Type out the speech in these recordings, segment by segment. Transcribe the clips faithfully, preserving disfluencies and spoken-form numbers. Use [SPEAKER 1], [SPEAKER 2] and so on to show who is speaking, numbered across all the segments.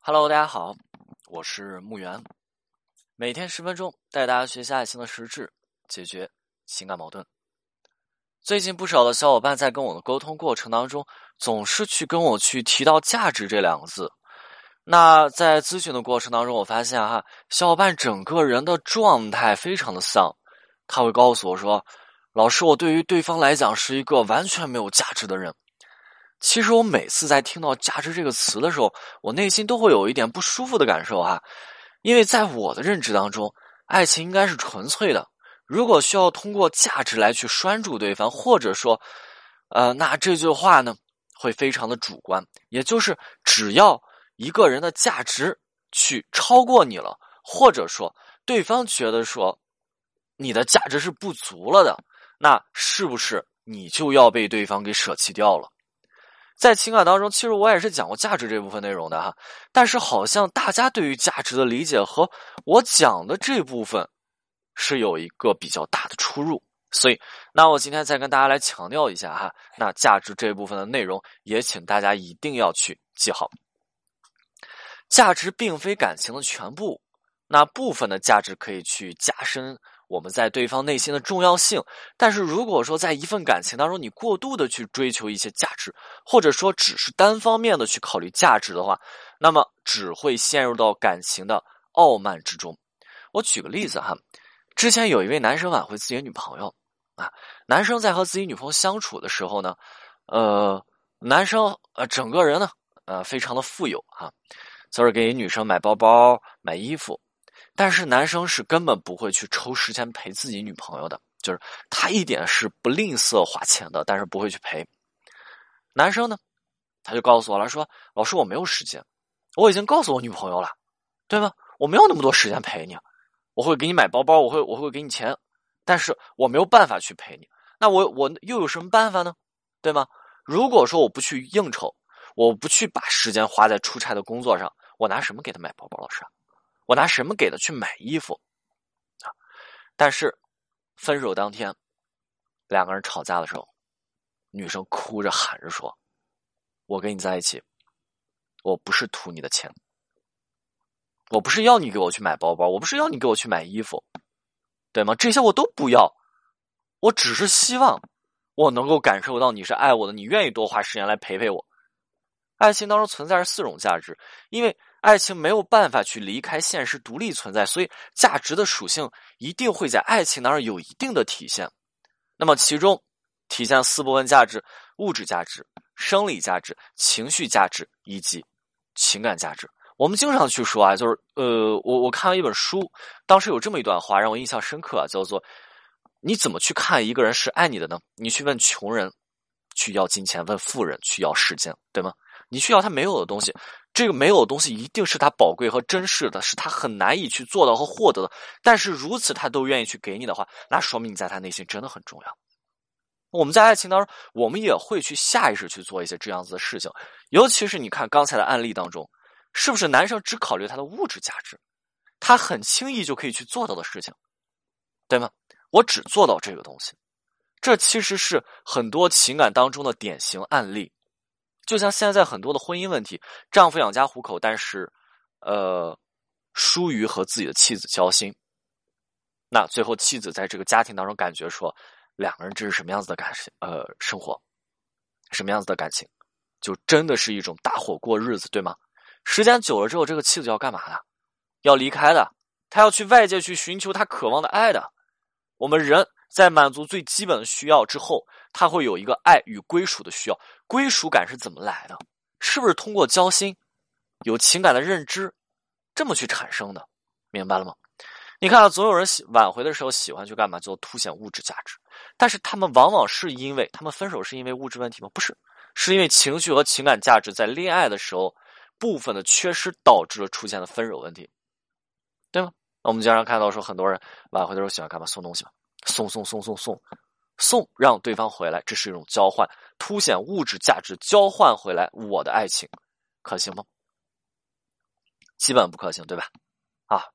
[SPEAKER 1] Hello，大家好，我是木源，每天十分钟带大家学习爱情的实质，解决情感矛盾。最近不少的小伙伴在跟我的沟通过程当中，总是去跟我去提到价值这两个字。那在咨询的过程当中，我发现哈，小伙伴整个人的状态非常的丧，他会告诉我说：“老师，我对于对方来讲是一个完全没有价值的人。”其实我每次在听到价值这个词的时候，我内心都会有一点不舒服的感受哈，因为在我的认知当中，爱情应该是纯粹的。如果需要通过价值来去拴住对方，或者说，呃，那这句话呢会非常的主观，也就是只要一个人的价值去超过你了，或者说对方觉得说你的价值是不足了的，那是不是你就要被对方给舍弃掉了？在情感当中，其实我也是讲过价值这部分内容的哈，但是好像大家对于价值的理解和我讲的这部分是有一个比较大的出入，所以那我今天再跟大家来强调一下哈，那价值这部分的内容也请大家一定要去记好。价值并非感情的全部，那部分的价值可以去加深我们在对方内心的重要性，但是如果说在一份感情当中你过度的去追求一些价值，或者说只是单方面的去考虑价值的话，那么只会陷入到感情的傲慢之中。我举个例子哈，之前有一位男生挽回自己的女朋友啊，男生在和自己女朋友相处的时候呢，呃，男生呃整个人呢呃非常的富有啊，就是给女生买包包买衣服，但是男生是根本不会去抽时间陪自己女朋友的，就是他一点是不吝啬花钱的，但是不会去陪。男生呢，他就告诉我了，说老师我没有时间，我已经告诉我女朋友了，对吗？我没有那么多时间陪你，我会给你买包包，我会我会给你钱，但是我没有办法去陪你。那我我又有什么办法呢？对吗？如果说我不去应酬，我不去把时间花在出差的工作上，我拿什么给他买包包？老师，我拿什么给他去买衣服啊？但是分手当天，两个人吵架的时候，女生哭着喊着说：“我跟你在一起，我不是图你的钱，我不是要你给我去买包包，我不是要你给我去买衣服，对吗？这些我都不要，我只是希望我能够感受到你是爱我的，你愿意多花时间来陪陪我。”爱情当中存在着四种价值，因为爱情没有办法去离开现实独立存在，所以价值的属性一定会在爱情当中有一定的体现。那么其中体现四部分价值：物质价值、生理价值、情绪价值以及情感价值。我们经常去说啊，就是呃，我我看了一本书，当时有这么一段话让我印象深刻啊，叫做你怎么去看一个人是爱你的呢？你去问穷人去要金钱，问富人去要时间，对吗？你去要他没有的东西，这个没有的东西一定是他宝贵和珍视的，是他很难以去做到和获得的。但是如此他都愿意去给你的话，那说明你在他内心真的很重要。我们在爱情当中，我们也会去下意识去做一些这样子的事情，尤其是你看刚才的案例当中，是不是男生只考虑他的物质价值，他很轻易就可以去做到的事情，对吗？我只做到这个东西，这其实是很多情感当中的典型案例。就像现在很多的婚姻问题，丈夫养家糊口，但是，呃，疏于和自己的妻子交心。那最后妻子在这个家庭当中感觉说，两个人这是什么样子的感情？呃，生活，什么样子的感情？就真的是一种搭伙过日子，对吗？时间久了之后，这个妻子要干嘛的？要离开的，她要去外界去寻求她渴望的爱的。我们人在满足最基本的需要之后，他会有一个爱与归属的需要。归属感是怎么来的？是不是通过交心、有情感的认知这么去产生的？明白了吗？你看啊，总有人喜挽回的时候喜欢去干嘛？就凸显物质价值，但是他们往往是因为他们分手是因为物质问题吗？不是，是因为情绪和情感价值在恋爱的时候部分的缺失导致了出现的分手问题，对吗？我们经常看到说，很多人挽回的时候喜欢干嘛？送东西嘛，送送送送送送，让对方回来，这是一种交换，凸显物质价值，交换回来我的爱情，可行吗？基本不可行，对吧？啊，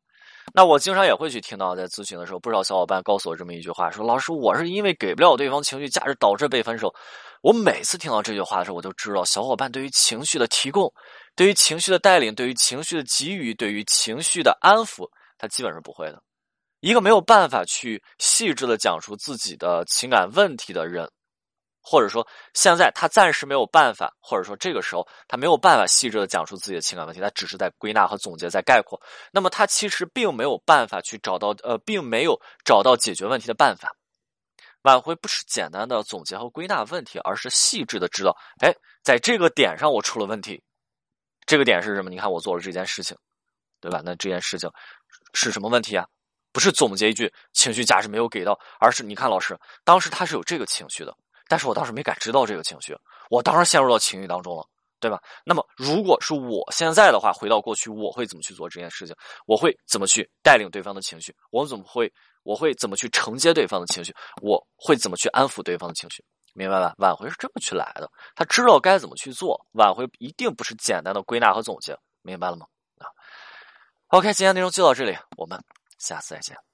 [SPEAKER 1] 那我经常也会去听到，在咨询的时候，不少小伙伴告诉我这么一句话，说老师，我是因为给不了对方情绪价值导致被分手。我每次听到这句话的时候，我就知道小伙伴对于情绪的提供，对于情绪的带领，对于情绪的给予，对于情绪的安抚，他基本是不会的。一个没有办法去细致的讲述自己的情感问题的人，或者说现在他暂时没有办法，或者说这个时候他没有办法细致的讲述自己的情感问题，他只是在归纳和总结，在概括。那么他其实并没有办法去找到，呃，并没有找到解决问题的办法。挽回不是简单的总结和归纳问题，而是细致的知道，哎，在这个点上我出了问题。这个点是什么？你看我做了这件事情，对吧？那这件事情是什么问题啊？不是总结一句情绪价值没有给到，而是你看老师，当时他是有这个情绪的，但是我当时没感知到这个情绪，我当时陷入到情绪当中了，对吧？那么如果是我现在的话，回到过去，我会怎么去做这件事情？我会怎么去带领对方的情绪？我怎么会？我会怎么去承接对方的情绪？我会怎么去安抚对方的情绪？明白吧？挽回是这么去来的，他知道该怎么去做。挽回一定不是简单的归纳和总结，明白了吗？啊 ，OK，今天内容就到这里，我们下次再见。